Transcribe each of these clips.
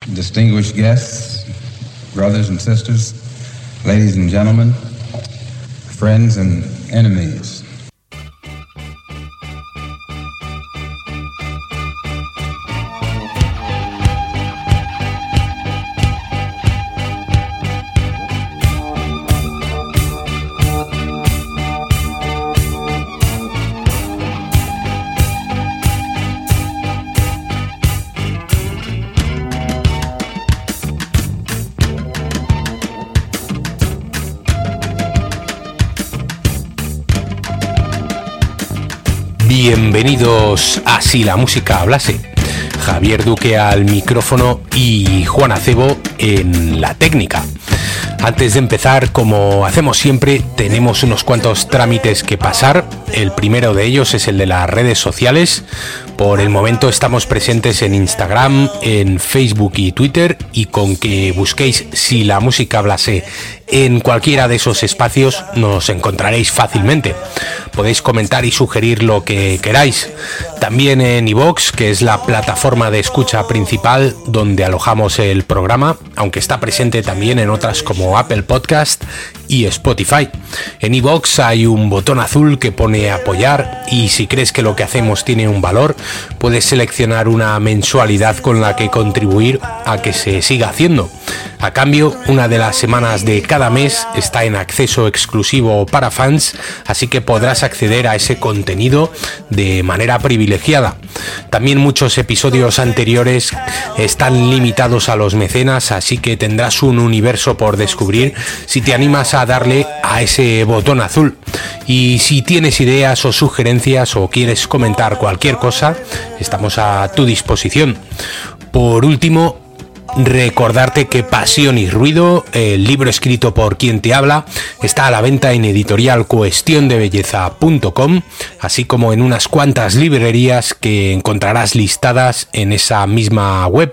distinguished guests, brothers and sisters, ladies and gentlemen, friends and enemies. Bienvenidos a Si la música hablase. Javier Duque al micrófono y Juan Acebo en la técnica. Antes de empezar, como hacemos siempre, tenemos unos cuantos trámites que pasar. El primero de ellos es el de las redes sociales. Por el momento estamos presentes en Instagram, en Facebook y Twitter, y con que busquéis Si la música hablase en cualquiera de esos espacios nos encontraréis fácilmente. Podéis comentar y sugerir lo que queráis. También en iVoox, que es la plataforma de escucha principal donde alojamos el programa, aunque está presente también en otras como Apple Podcast y Spotify. En iVoox hay un botón azul que pone apoyar, y si crees que lo que hacemos tiene un valor, puedes seleccionar una mensualidad con la que contribuir a que se siga haciendo. A cambio, una de las semanas de cada mes está en acceso exclusivo para fans, así que podrás acceder a ese contenido de manera privilegiada. También muchos episodios anteriores están limitados a los mecenas, así que tendrás un universo por descubrir si te animas a darle a ese botón azul. Y si tienes ideas o sugerencias o quieres comentar cualquier cosa, estamos a tu disposición. Por último, recordarte que Pasión y Ruido, el libro escrito por quien te habla, está a la venta en editorial cuestiondebelleza.com, así como en unas cuantas librerías que encontrarás listadas en esa misma web.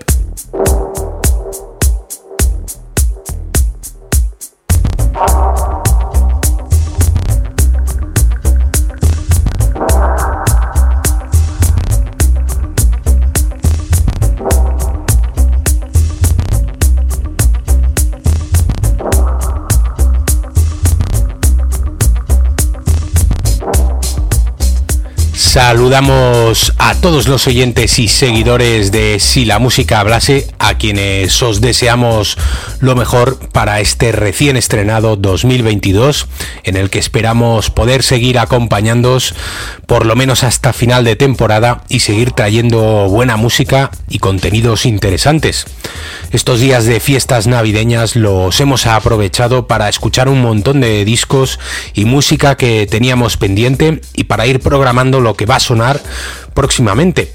Saludamos a todos los oyentes y seguidores de Si la música hablase, a quienes os deseamos lo mejor para este recién estrenado 2022, en el que esperamos poder seguir acompañándoos por lo menos hasta final de temporada y seguir trayendo buena música y contenidos interesantes. Estos días de fiestas navideñas los hemos aprovechado para escuchar un montón de discos y música que teníamos pendiente, y para ir programando lo que va a sonar próximamente.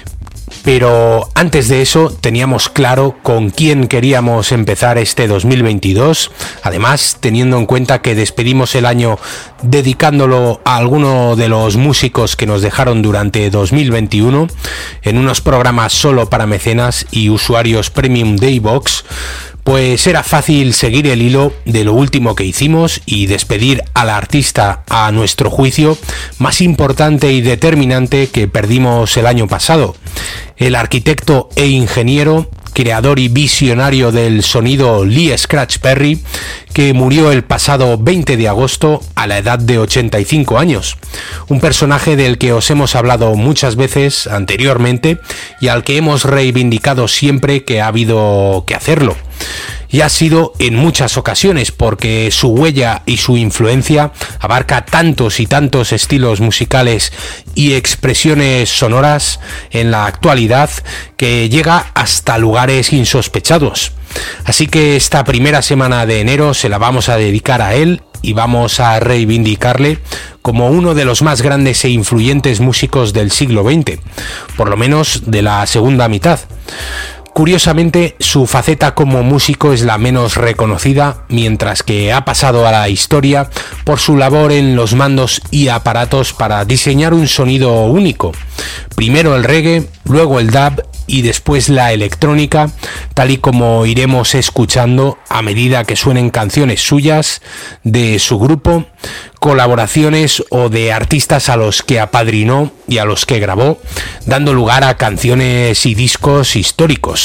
Pero antes de eso teníamos claro con quién queríamos empezar este 2022, además teniendo en cuenta que despedimos el año dedicándolo a alguno de los músicos que nos dejaron durante 2021 en unos programas solo para mecenas y usuarios premium de iVoox. Pues era fácil seguir el hilo de lo último que hicimos y despedir al artista, a nuestro juicio, más importante y determinante que perdimos el año pasado. El arquitecto e ingeniero, creador y visionario del sonido Lee Scratch Perry, que murió el pasado 20 de agosto a la edad de 85 años. Un personaje del que os hemos hablado muchas veces anteriormente y al que hemos reivindicado siempre que ha habido que hacerlo. Y ha sido en muchas ocasiones, porque su huella y su influencia abarca tantos y tantos estilos musicales y expresiones sonoras en la actualidad que llega hasta lugares insospechados. Así que esta primera semana de enero se la vamos a dedicar a él y vamos a reivindicarle como uno de los más grandes e influyentes músicos del siglo XX, por lo menos de la segunda mitad. Curiosamente, su faceta como músico es la menos reconocida, mientras que ha pasado a la historia por su labor en los mandos y aparatos para diseñar un sonido único. Primero el reggae, luego el dub y después la electrónica, tal y como iremos escuchando a medida que suenen canciones suyas, de su grupo, colaboraciones o de artistas a los que apadrinó y a los que grabó, dando lugar a canciones y discos históricos.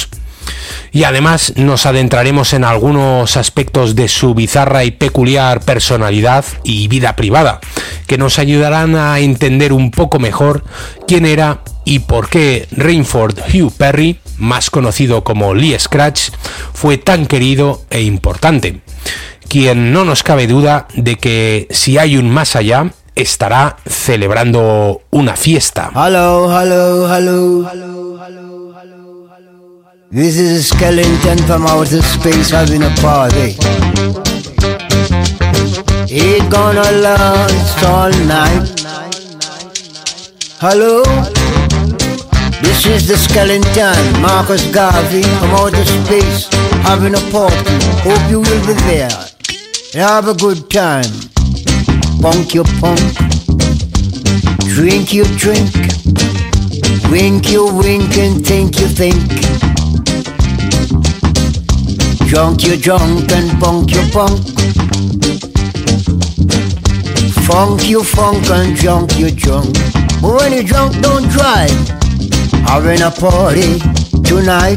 Y además nos adentraremos en algunos aspectos de su bizarra y peculiar personalidad y vida privada, que nos ayudarán a entender un poco mejor quién era y por qué Rainford Hugh Perry, más conocido como Lee Scratch, fue tan querido e importante, quien no nos cabe duda de que si hay un más allá, estará celebrando una fiesta. Hello, hello, hello, hello, hello, hello, hello. This is a skeleton from outer space having a party. It's gonna last all night. Hello, this is the skeleton, Marcus Garvey from outer space having a party. Hope you will be there. Have a good time. Punk your punk, drink your drink, wink your wink and think you think. Drunk your drunk and punk your punk. Funk your funk and drunk your drunk. But when you're drunk, don't drive. Having a party tonight.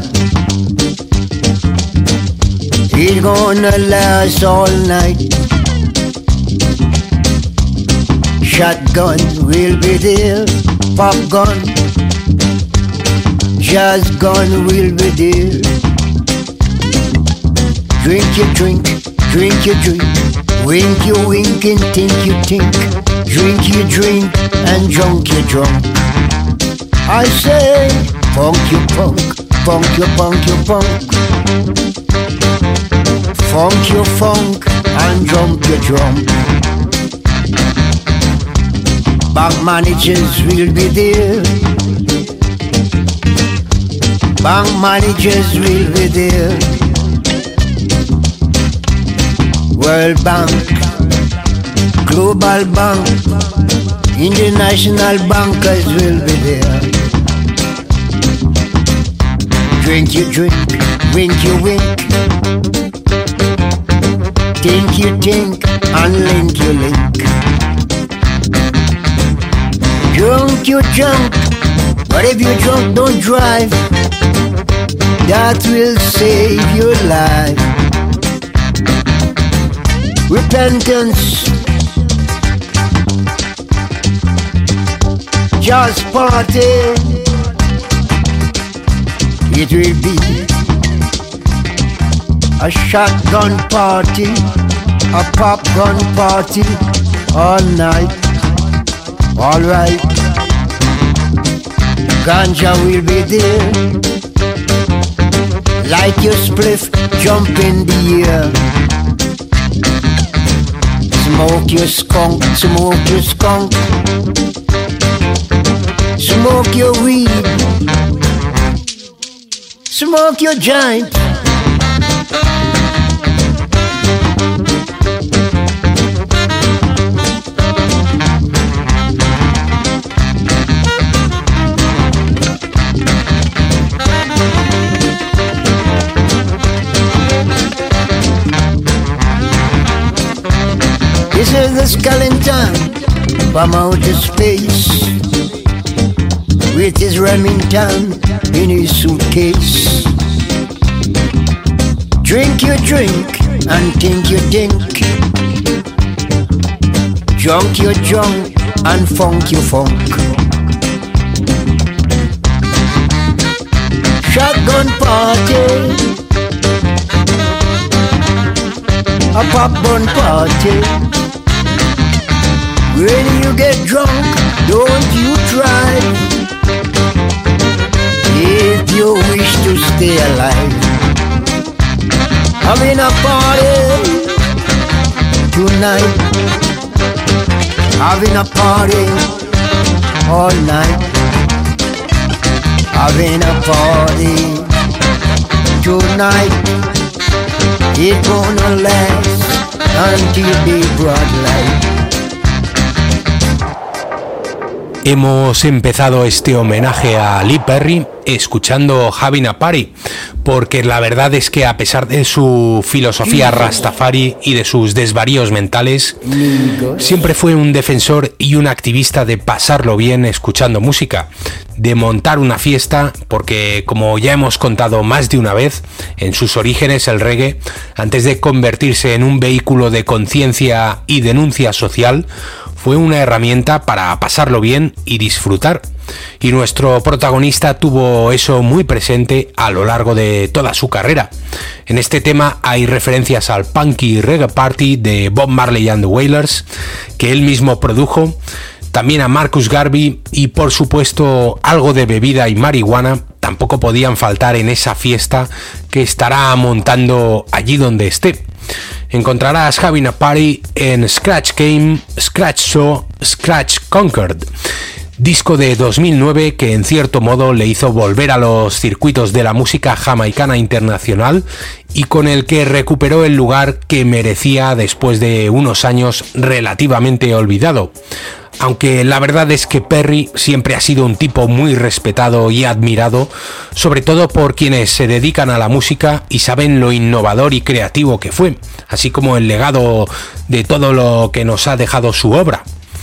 It's gonna last all night. Shotgun will be there, pop gun, jazz gun will be there. Drink your drink, drink your drink, wink your wink and think you think. Drink your drink and drunk your drunk. I say, funk your punk, funk your punk your punk. Funk your funk and drunk your drunk. Bank managers will be there. Bank managers will be there. World Bank, Global Bank, International bankers will be there. Drink your drink, wink your wink. Think you think, and link your link. Drunk you drunk, but if you're drunk don't drive. That will save your life. Repentance, just party. It will be a shotgun party, a popgun party, all night. Alright, ganja will be there. Light your spliff, jump in the air. Smoke your skunk, smoke your skunk. Smoke your weed, smoke your joint. This is the skeleton from outer space with his Remington in his suitcase. Drink your drink and think you think. Junk your junk and funk your funk. Shotgun party, a popcorn party. When you get drunk, don't you drive. If you wish to stay alive, having a party tonight. Having a party all night. Having a party tonight. It's gonna last until the broad light. Hemos empezado este homenaje a Lee Perry escuchando Having a Party, porque la verdad es que a pesar de su filosofía rastafari y de sus desvaríos mentales, siempre fue un defensor y un activista de pasarlo bien escuchando música, de montar una fiesta, porque como ya hemos contado más de una vez, en sus orígenes el reggae, antes de convertirse en un vehículo de conciencia y denuncia social, fue una herramienta para pasarlo bien y disfrutar. Y nuestro protagonista tuvo eso muy presente a lo largo de toda su carrera. En este tema hay referencias al Punky Reggae Party de Bob Marley and the Wailers, que él mismo produjo, también a Marcus Garvey y por supuesto algo de bebida y marihuana tampoco podían faltar en esa fiesta que estará montando allí donde esté. Encontrarás Having a Party en Scratch Game, Scratch Show, Scratch Conquered, disco de 2009 que en cierto modo le hizo volver a los circuitos de la música jamaicana internacional y con el que recuperó el lugar que merecía después de unos años relativamente olvidado. Aunque la verdad es que Perry siempre ha sido un tipo muy respetado y admirado, sobre todo por quienes se dedican a la música y saben lo innovador y creativo que fue, así como el legado de todo lo que nos ha dejado su obra.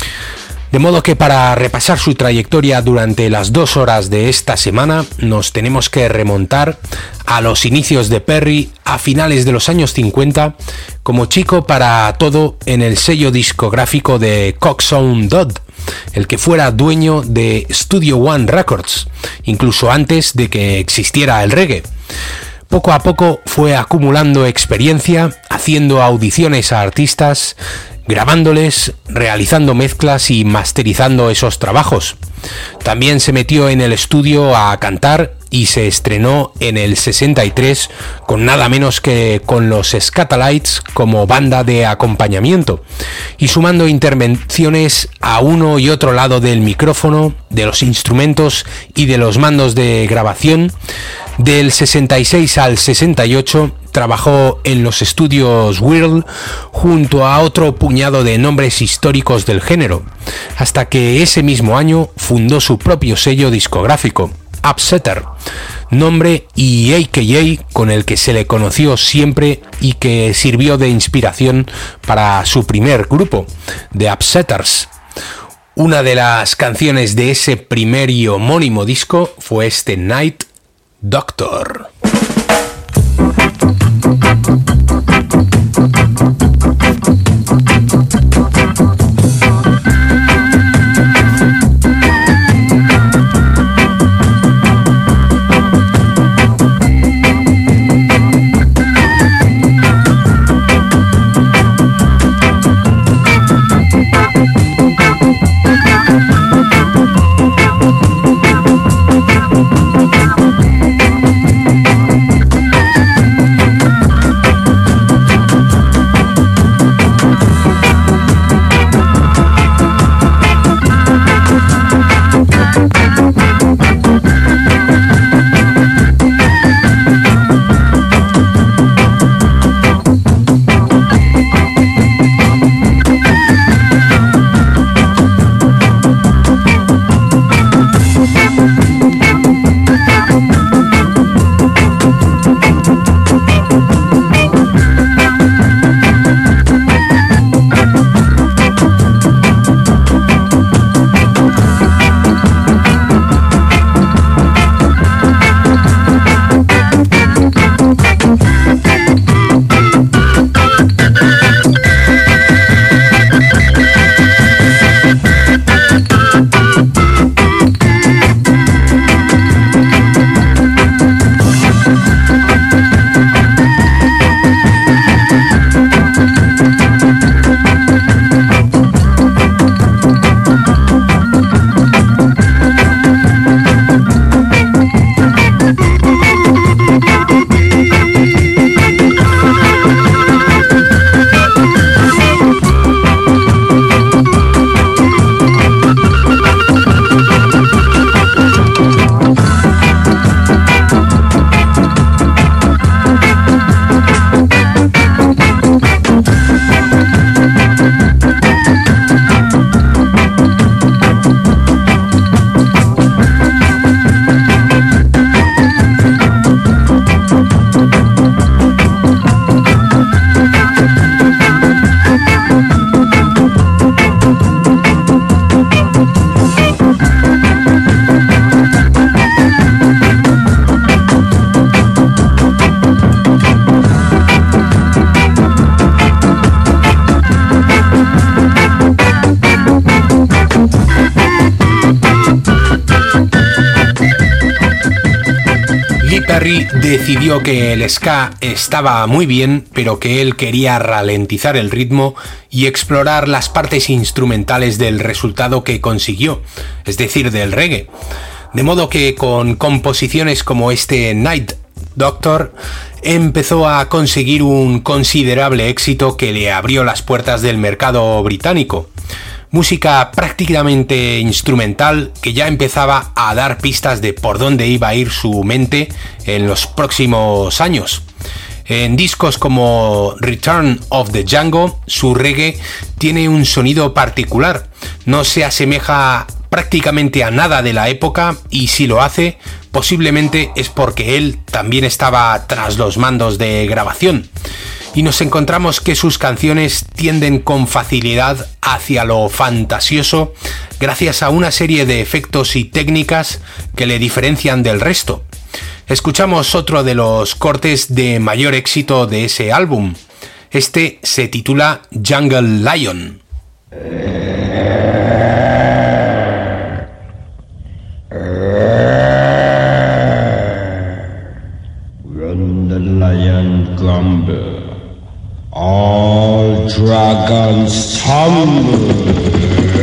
De modo que para repasar su trayectoria durante las 2 horas de esta semana nos tenemos que remontar a los inicios de Perry a finales de los años 50 como chico para todo en el sello discográfico de Coxsone Dodd, el que fuera dueño de Studio One Records, incluso antes de que existiera el reggae. Poco a poco fue acumulando experiencia, haciendo audiciones a artistas, grabándoles, realizando mezclas y masterizando esos trabajos. También se metió en el estudio a cantar y se estrenó en el 63 con nada menos que con los Scatalites como banda de acompañamiento y sumando intervenciones a uno y otro lado del micrófono, de los instrumentos y de los mandos de grabación. Del 66 al 68 trabajó en los estudios Whirl junto a otro puñado de nombres históricos del género, hasta que ese mismo año fundó su propio sello discográfico, Upsetter, nombre y AKA con el que se le conoció siempre y que sirvió de inspiración para su primer grupo, The Upsetters. Una de las canciones de ese primer y homónimo disco fue este Night Doctor. Perry decidió que el ska estaba muy bien, pero que él quería ralentizar el ritmo y explorar las partes instrumentales del resultado que consiguió, es decir, del reggae. De modo que con composiciones como este Night Doctor empezó a conseguir un considerable éxito que le abrió las puertas del mercado británico. Música prácticamente instrumental que ya empezaba a dar pistas de por dónde iba a ir su mente en los próximos años. En discos como Return of the Django, su reggae tiene un sonido particular, no se asemeja prácticamente a nada de la época y si lo hace, posiblemente es porque él también estaba tras los mandos de grabación. Y nos encontramos que sus canciones tienden con facilidad hacia lo fantasioso gracias a una serie de efectos y técnicas que le diferencian del resto. Escuchamos otro de los cortes de mayor éxito de ese álbum. Este se titula Jungle Lion. Run the lion grumble. All dragons tumble.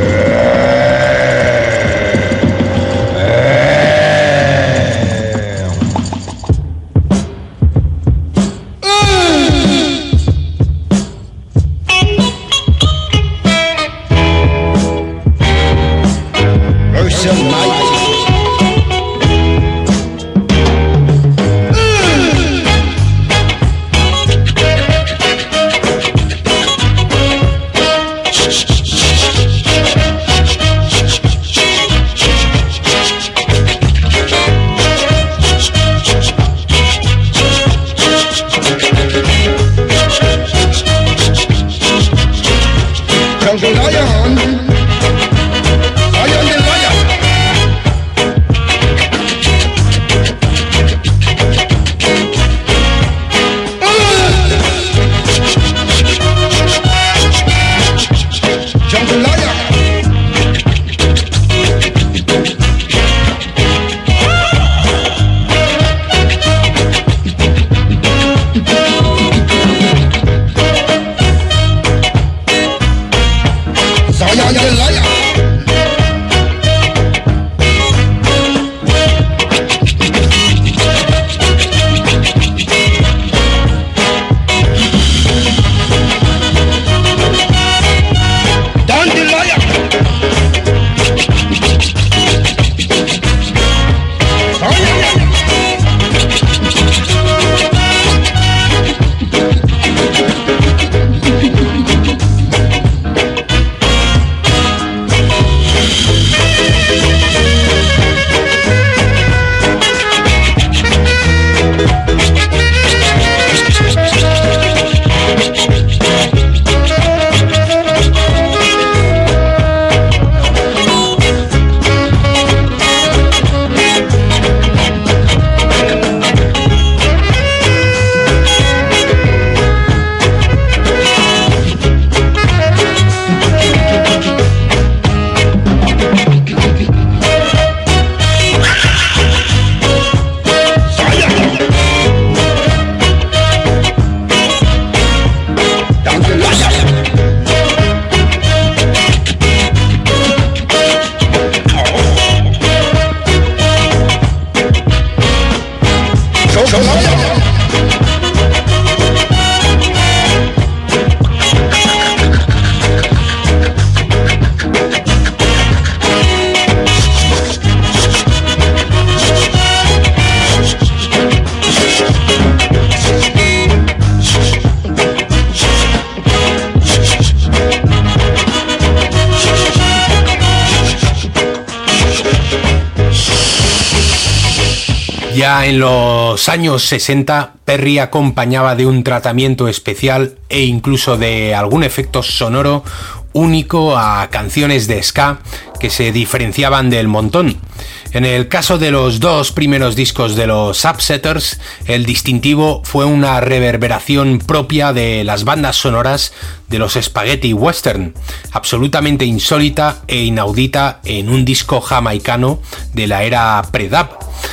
Ya en los años 60, Perry acompañaba de un tratamiento especial e incluso de algún efecto sonoro único a canciones de ska que se diferenciaban del montón. En el caso de los dos primeros discos de los Upsetters, el distintivo fue una reverberación propia de las bandas sonoras de los spaghetti western, absolutamente insólita e inaudita en un disco jamaicano de la era pre-dub.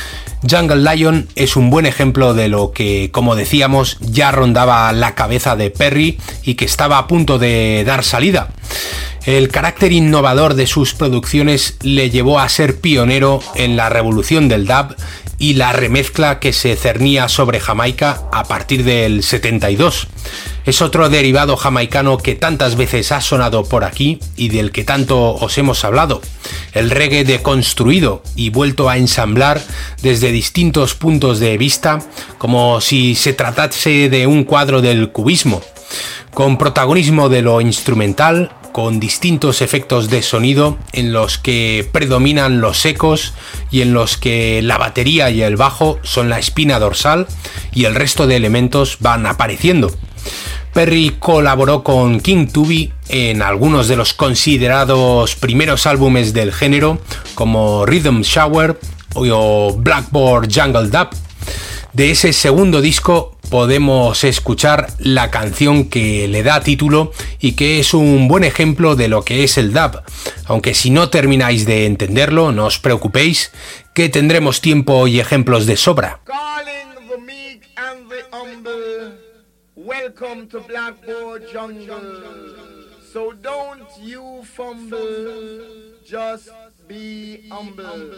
Jungle Lion es un buen ejemplo de lo que, como decíamos, ya rondaba la cabeza de Perry y que estaba a punto de dar salida. El carácter innovador de sus producciones le llevó a ser pionero en la revolución del dub y la remezcla que se cernía sobre Jamaica a partir del 72. Es otro derivado jamaicano que tantas veces ha sonado por aquí y del que tanto os hemos hablado. El reggae deconstruido y vuelto a ensamblar desde distintos puntos de vista, como si se tratase de un cuadro del cubismo, con protagonismo de lo instrumental, con distintos efectos de sonido en los que predominan los ecos y en los que la batería y el bajo son la espina dorsal y el resto de elementos van apareciendo. Perry colaboró con King Tubby en algunos de los considerados primeros álbumes del género, como Rhythm Shower o Blackboard Jungle Dub. De ese segundo disco podemos escuchar la canción que le da título y que es un buen ejemplo de lo que es el dub. Aunque si no termináis de entenderlo, no os preocupéis, que tendremos tiempo y ejemplos de sobra. Welcome to Blackboard Jungle. So don't you fumble, just be humble.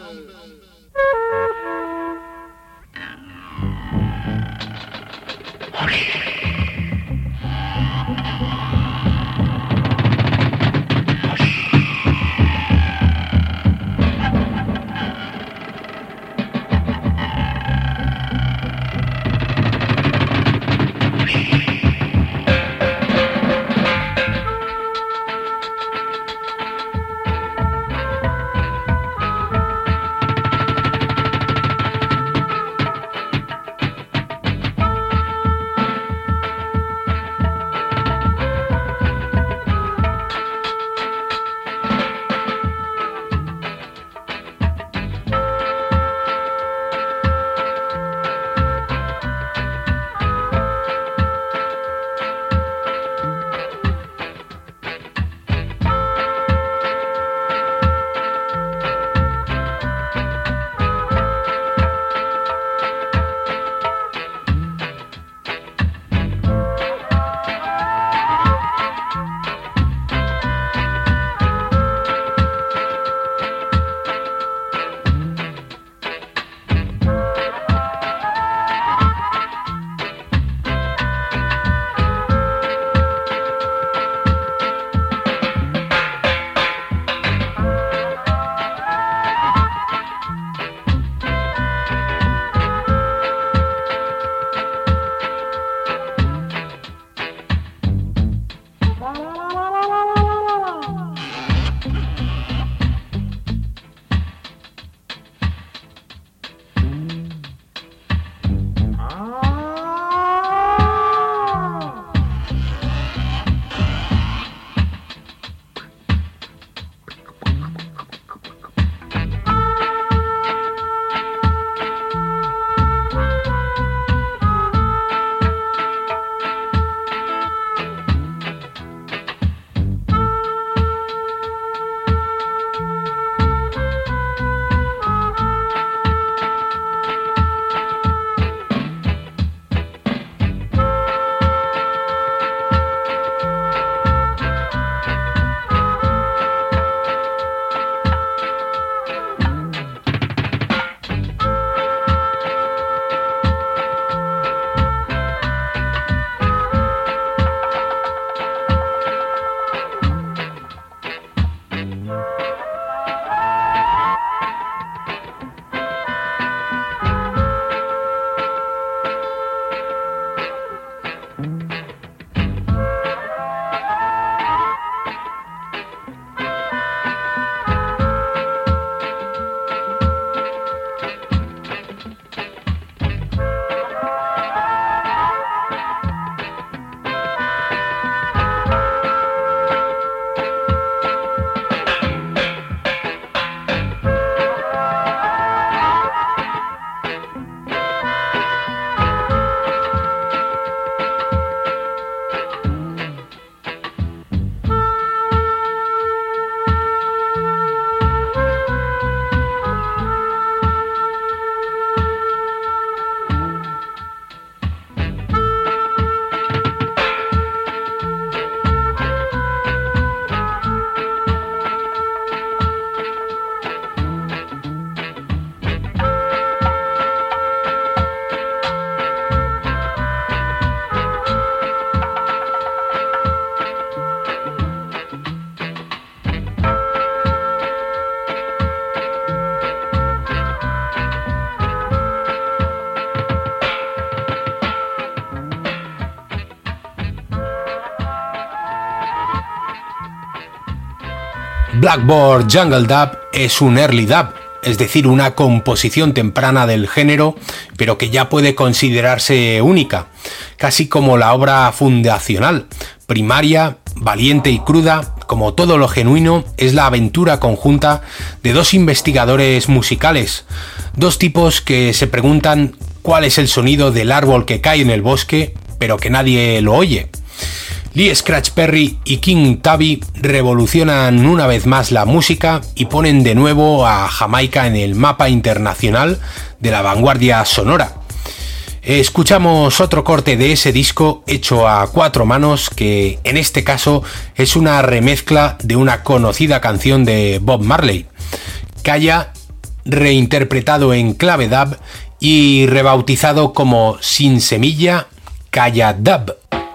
Blackboard Jungle Dub es un early dub, es decir, una composición temprana del género, pero que ya puede considerarse única, casi como la obra fundacional, primaria, valiente y cruda. Como todo lo genuino, es la aventura conjunta de dos investigadores musicales, dos tipos que se preguntan cuál es el sonido del árbol que cae en el bosque, pero que nadie lo oye. Lee Scratch Perry y King Tubby revolucionan una vez más la música y ponen de nuevo a Jamaica en el mapa internacional de la vanguardia sonora. Escuchamos otro corte de ese disco hecho a cuatro manos, que en este caso es una remezcla de una conocida canción de Bob Marley, Kaya, reinterpretado en clave dub y rebautizado como Sin Semilla, Kaya Dub.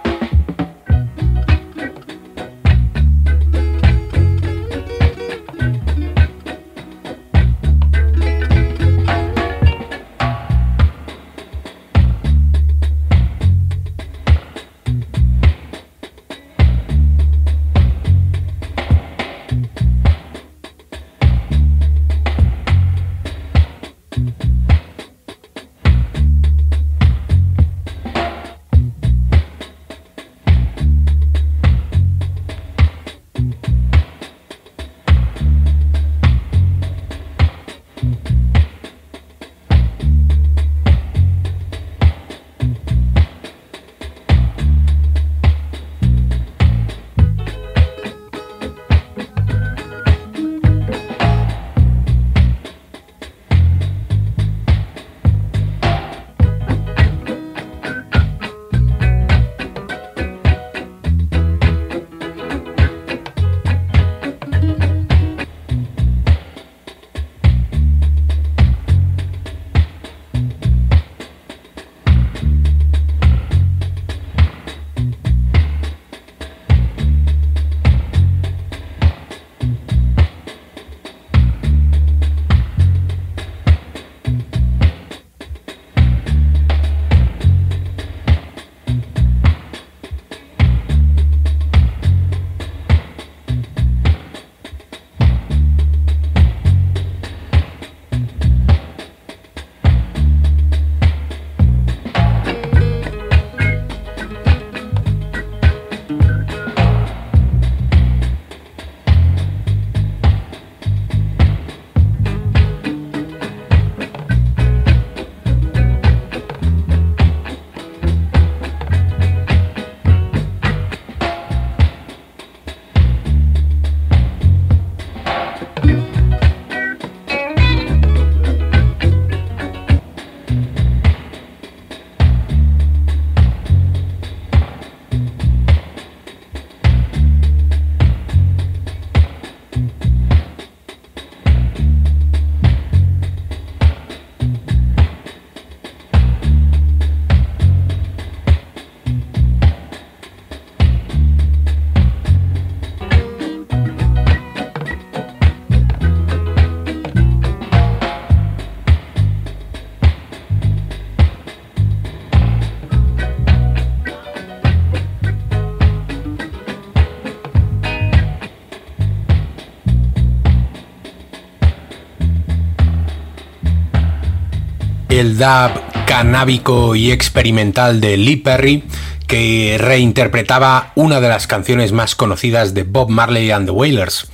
El dub canábico y experimental de Lee Perry, que reinterpretaba una de las canciones más conocidas de Bob Marley and the Wailers.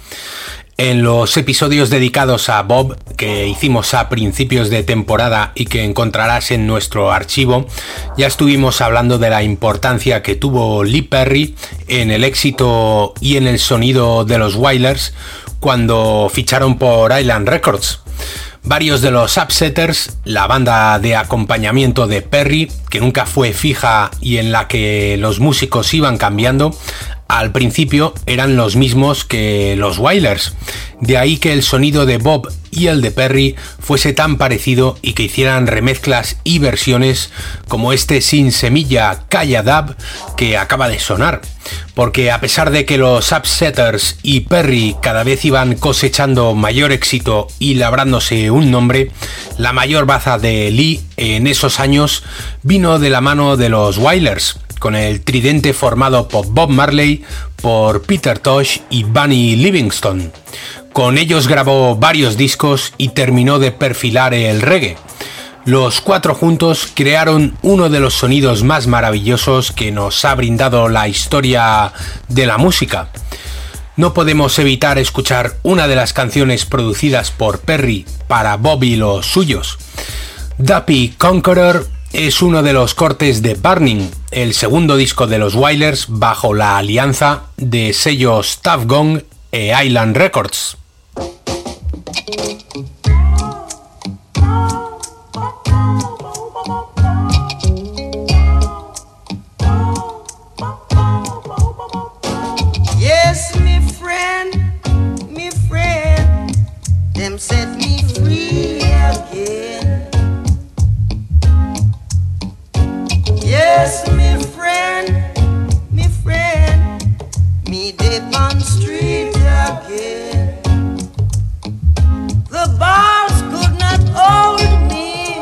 En los episodios dedicados a Bob, que hicimos a principios de temporada y que encontrarás en nuestro archivo, ya estuvimos hablando de la importancia que tuvo Lee Perry en el éxito y en el sonido de los Wailers cuando ficharon por Island Records. Varios de los Upsetters, la banda de acompañamiento de Perry, que nunca fue fija y en la que los músicos iban cambiando, al principio eran los mismos que los Wailers. De ahí que el sonido de Bob y el de Perry fuese tan parecido y que hicieran remezclas y versiones como este Sin Semilla Kaya Dub que acaba de sonar. Porque a pesar de que los Upsetters y Perry cada vez iban cosechando mayor éxito y labrándose un nombre, la mayor baza de Lee en esos años vino de la mano de los Wailers, con el tridente formado por Bob Marley, por Peter Tosh y Bunny Livingston. Con ellos grabó varios discos y terminó de perfilar el reggae. Los cuatro juntos crearon uno de los sonidos más maravillosos que nos ha brindado la historia de la música. No podemos evitar escuchar una de las canciones producidas por Perry para Bob y los suyos. Duppy Conqueror es uno de los cortes de Burning, el segundo disco de los Wailers bajo la alianza de sellos Tuff Gong e Island Records. Yes, my friend, them set me free again. Yes, my friend, me dip on street again. The bars could not hold me,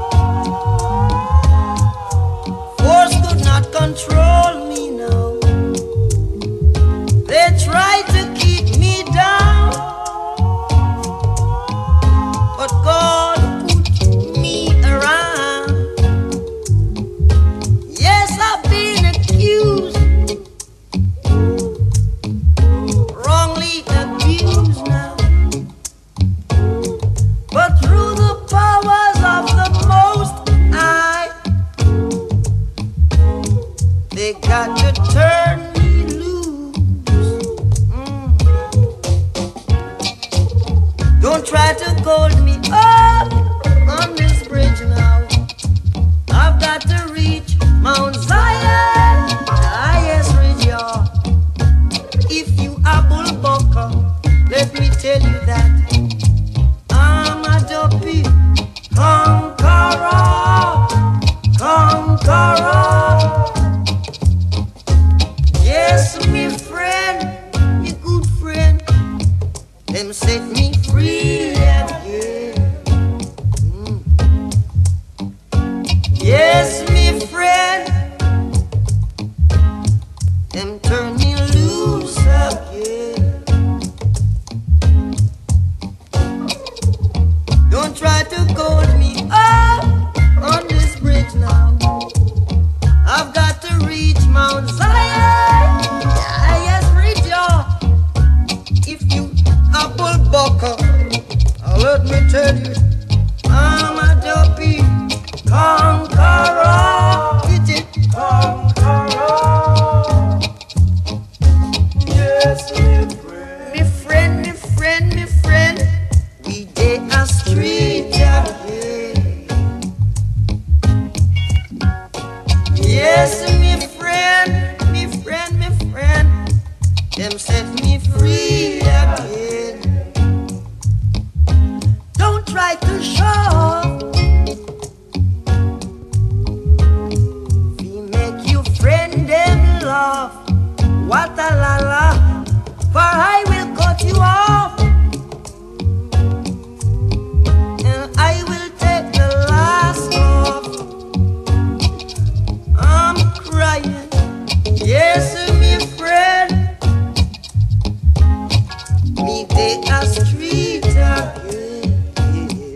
force could not control me now. They tried to keep me down, but God put me around. Yes, I've been accused, wrongly abused now, but through the powers of the Most High, they got to turn me loose. Don't try to hold me up on this bridge now. I've got to reach Mount Zion, highest ridge, y'all. If you are Bullbucker, let me tell you that I'm a Duppy conqueror, conqueror. Yes, me friend, me good friend, them set me free again. Yes, me friend, them turn me loose again. Don't try to hold me up on this bridge now. I've got to reach Mount Zion, highest ridge, y'all. If you a Bullbucker, let me tell you, I'm a Duppy conqueror. Get it? Conqueror. Yes, me friend, me friend, me friend. We dey a street again. Yes, me friend, me friend, me friend. Them set me free again. Don't try to show. We make you friend them love. What a la la. For I will cut you off, and I will take the last off. I'm crying. Yes, me friend. Me take a street again.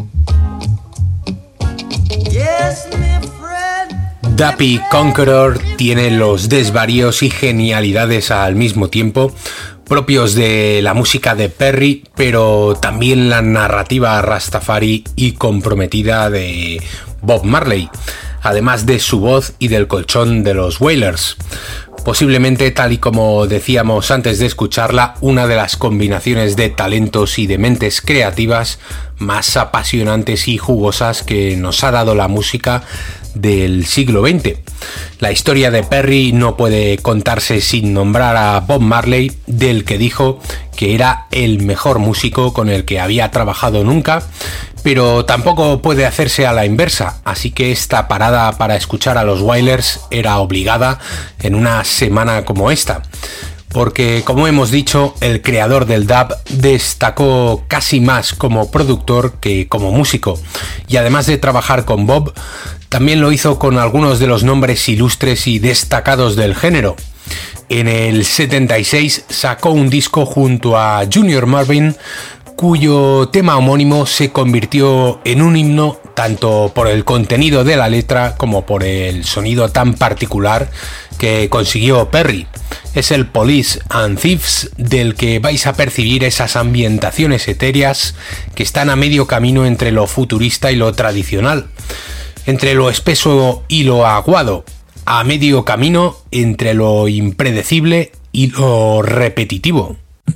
Yes, me friend. Duppy Conqueror tiene los desvaríos y genialidades al mismo tiempo propios de la música de Perry, pero también la narrativa rastafari y comprometida de Bob Marley, además de su voz y del colchón de los Wailers. Posiblemente, tal y como decíamos antes de escucharla, una de las combinaciones de talentos y de mentes creativas más apasionantes y jugosas que nos ha dado la música del siglo XX. La historia de Perry no puede contarse sin nombrar a Bob Marley, del que dijo que era el mejor músico con el que había trabajado nunca, pero tampoco puede hacerse a la inversa, así que esta parada para escuchar a los Wailers era obligada en una semana como esta. Porque, como hemos dicho, el creador del dub destacó casi más como productor que como músico, y además de trabajar con Bob, También lo hizo con algunos de los nombres ilustres y destacados del género. En el 76 sacó un disco junto a Junior Marvin, cuyo tema homónimo se convirtió en un himno tanto por el contenido de la letra como por el sonido tan particular que consiguió Perry. Es el Police and Thieves, del que vais a percibir esas ambientaciones etéreas que están a medio camino entre lo futurista y lo tradicional, entre lo espeso y lo aguado, a medio camino entre lo impredecible y lo repetitivo.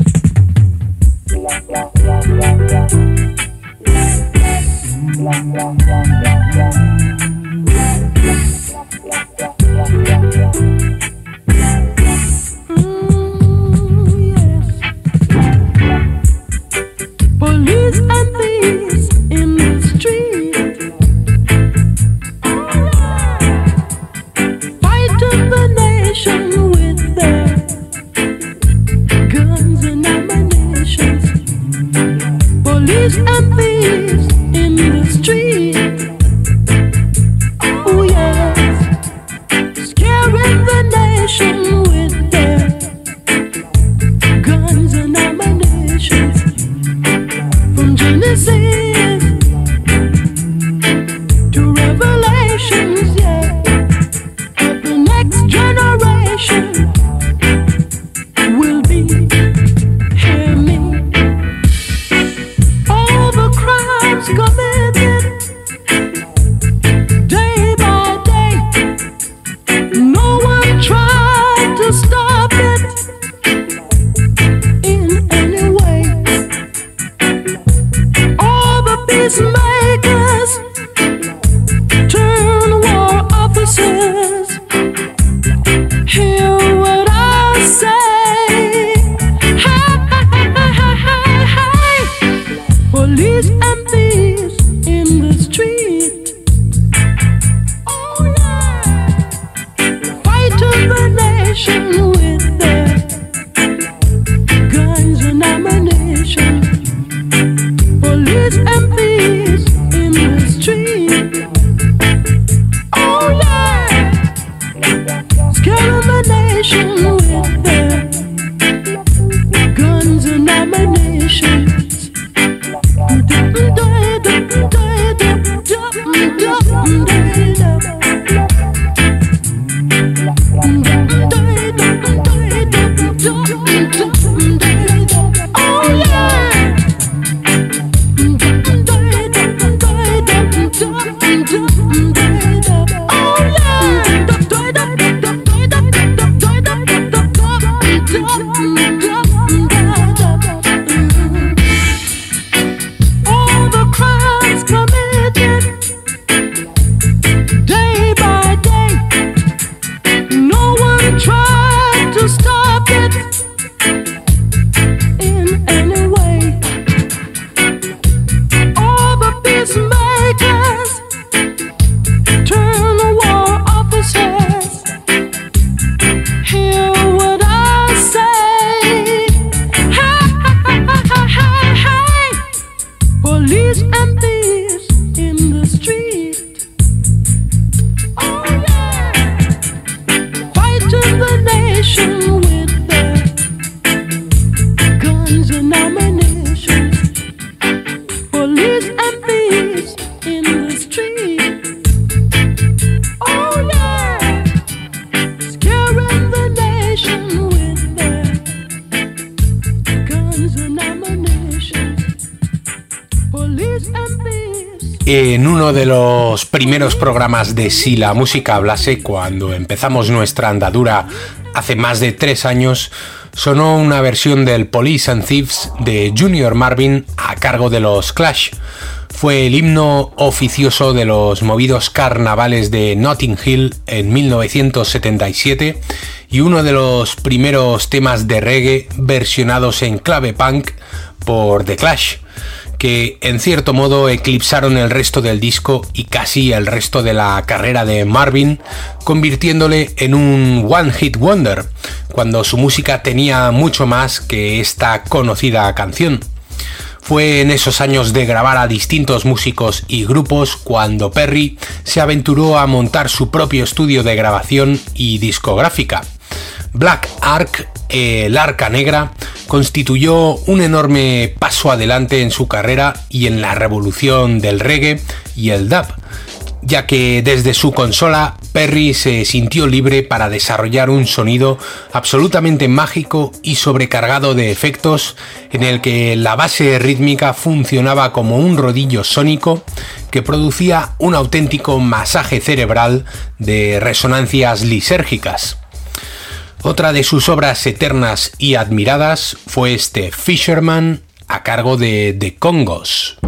Police and thieves in the street, fighting the nation with their guns and ammunition. Police and thieves in the street, oh yes, scaring the nation with their guns and ammunition. From Genesis to Revelations, yeah, but the next generation will be, hear me, all the crimes committed day by day, no one tried to stop it in any way. All the peacemakers turn war officers. Hear what I say. Hey, police and thieves in the street. Oh yeah, fighting the nation with their guns and ammunition. Police and thieves in the street. Oh yeah, scaring the nation with their guns and ammunition. Oh yeah. All the crimes committed day by day, no one tried to stop it in any way. All the peacemakers turn war officers. Hear what I say. Hey, police and thieves in the street. Oh yeah, fighting the nation with their guns and ammunition. Police and thieves in the street. Oh yeah, scaring the nation with their guns and ammunition. Police and thieves. En uno de los primeros programas de Si la música hablase, cuando empezamos nuestra andadura hace más de 3 años, sonó una versión del Police and Thieves de Junior Marvin a cargo de los Clash. Fue el himno oficioso de los movidos carnavales de Notting Hill en 1977 y uno de los primeros temas de reggae versionados en clave punk por The Clash, que en cierto modo eclipsaron el resto del disco y casi el resto de la carrera de Marvin, convirtiéndole en un One Hit Wonder, cuando su música tenía mucho más que esta conocida canción. Fue en esos años de grabar a distintos músicos y grupos cuando Perry se aventuró a montar su propio estudio de grabación y discográfica. Black Ark, el Arca Negra, constituyó un enorme paso adelante en su carrera y en la revolución del reggae y el dub, ya que desde su consola Perry se sintió libre para desarrollar un sonido absolutamente mágico y sobrecargado de efectos, en el que la base rítmica funcionaba como un rodillo sónico que producía un auténtico masaje cerebral de resonancias lisérgicas. Otra de sus obras eternas y admiradas fue este Fisherman a cargo de The Congos.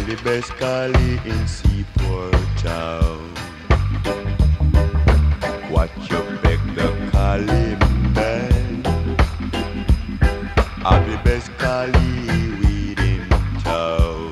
Bescali in Seaport Town. What you beg the Cali man? I'm the best Cali weed in town.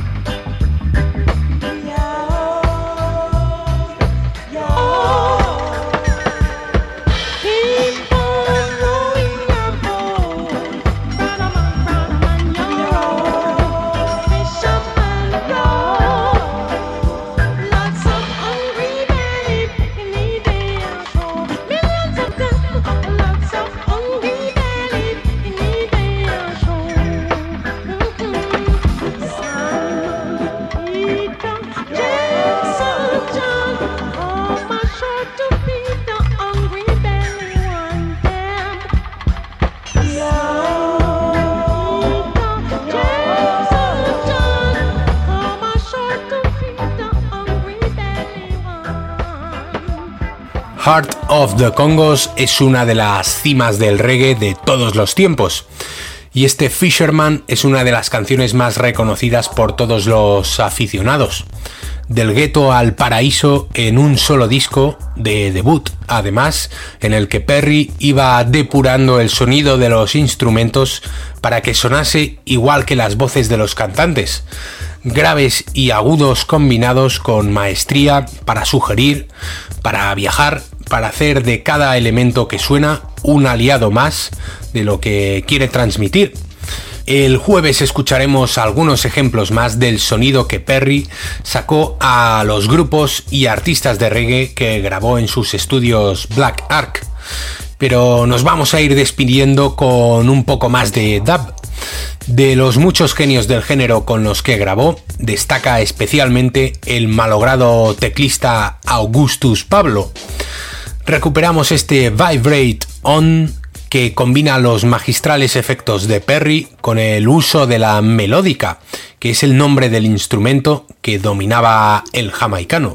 Heart of the Congos es una de las cimas del reggae de todos los tiempos. Y este Fisherman es una de las canciones más reconocidas por todos los aficionados. Del gueto al paraíso en un solo disco de debut, además, en el que Perry iba depurando el sonido de los instrumentos para que sonase igual que las voces de los cantantes. Graves y agudos combinados con maestría para sugerir, para viajar, para hacer de cada elemento que suena un aliado más de lo que quiere transmitir. El jueves escucharemos algunos ejemplos más del sonido que Perry sacó a los grupos y artistas de reggae que grabó en sus estudios Black Ark. Pero nos vamos a ir despidiendo con un poco más de dub. De los muchos genios del género con los que grabó, destaca especialmente el malogrado teclista Augustus Pablo. Recuperamos este Vibrate On, que combina los magistrales efectos de Perry con el uso de la melódica, que es el nombre del instrumento que dominaba el jamaicano.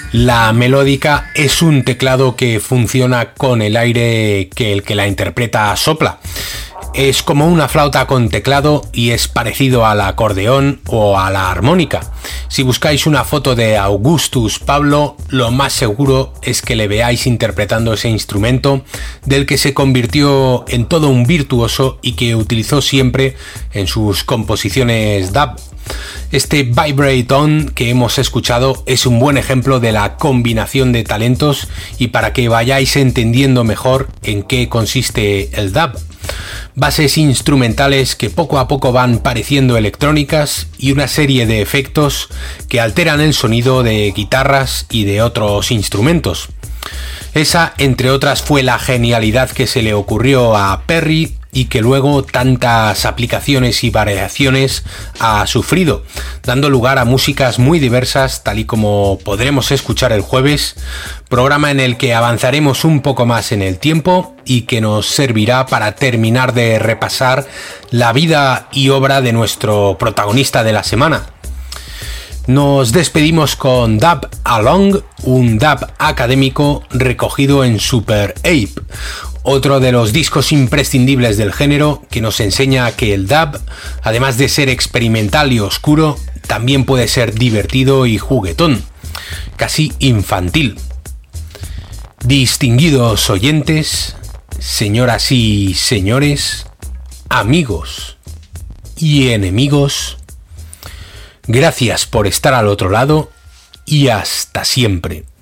La melódica es un teclado que funciona con el aire que el que la interpreta sopla. Es como una flauta con teclado y es parecido al acordeón o a la armónica. Si buscáis una foto de Augustus Pablo, lo más seguro es que le veáis interpretando ese instrumento del que se convirtió en todo un virtuoso y que utilizó siempre en sus composiciones dub. Este Vibrate On que hemos escuchado es un buen ejemplo de la combinación de talentos y para que vayáis entendiendo mejor en qué consiste el dub. Bases instrumentales que poco a poco van pareciendo electrónicas y una serie de efectos que alteran el sonido de guitarras y de otros instrumentos. Esa, entre otras, fue la genialidad que se le ocurrió a Perry y que luego tantas aplicaciones y variaciones ha sufrido, dando lugar a músicas muy diversas, tal y como podremos escuchar el jueves, programa en el que avanzaremos un poco más en el tiempo y que nos servirá para terminar de repasar la vida y obra de nuestro protagonista de la semana. Nos despedimos con Dub Along, un dub académico recogido en Super Ape, otro de los discos imprescindibles del género que nos enseña que el dub, además de ser experimental y oscuro, también puede ser divertido y juguetón, casi infantil. Distinguidos oyentes, señoras y señores, amigos y enemigos, gracias por estar al otro lado y hasta siempre.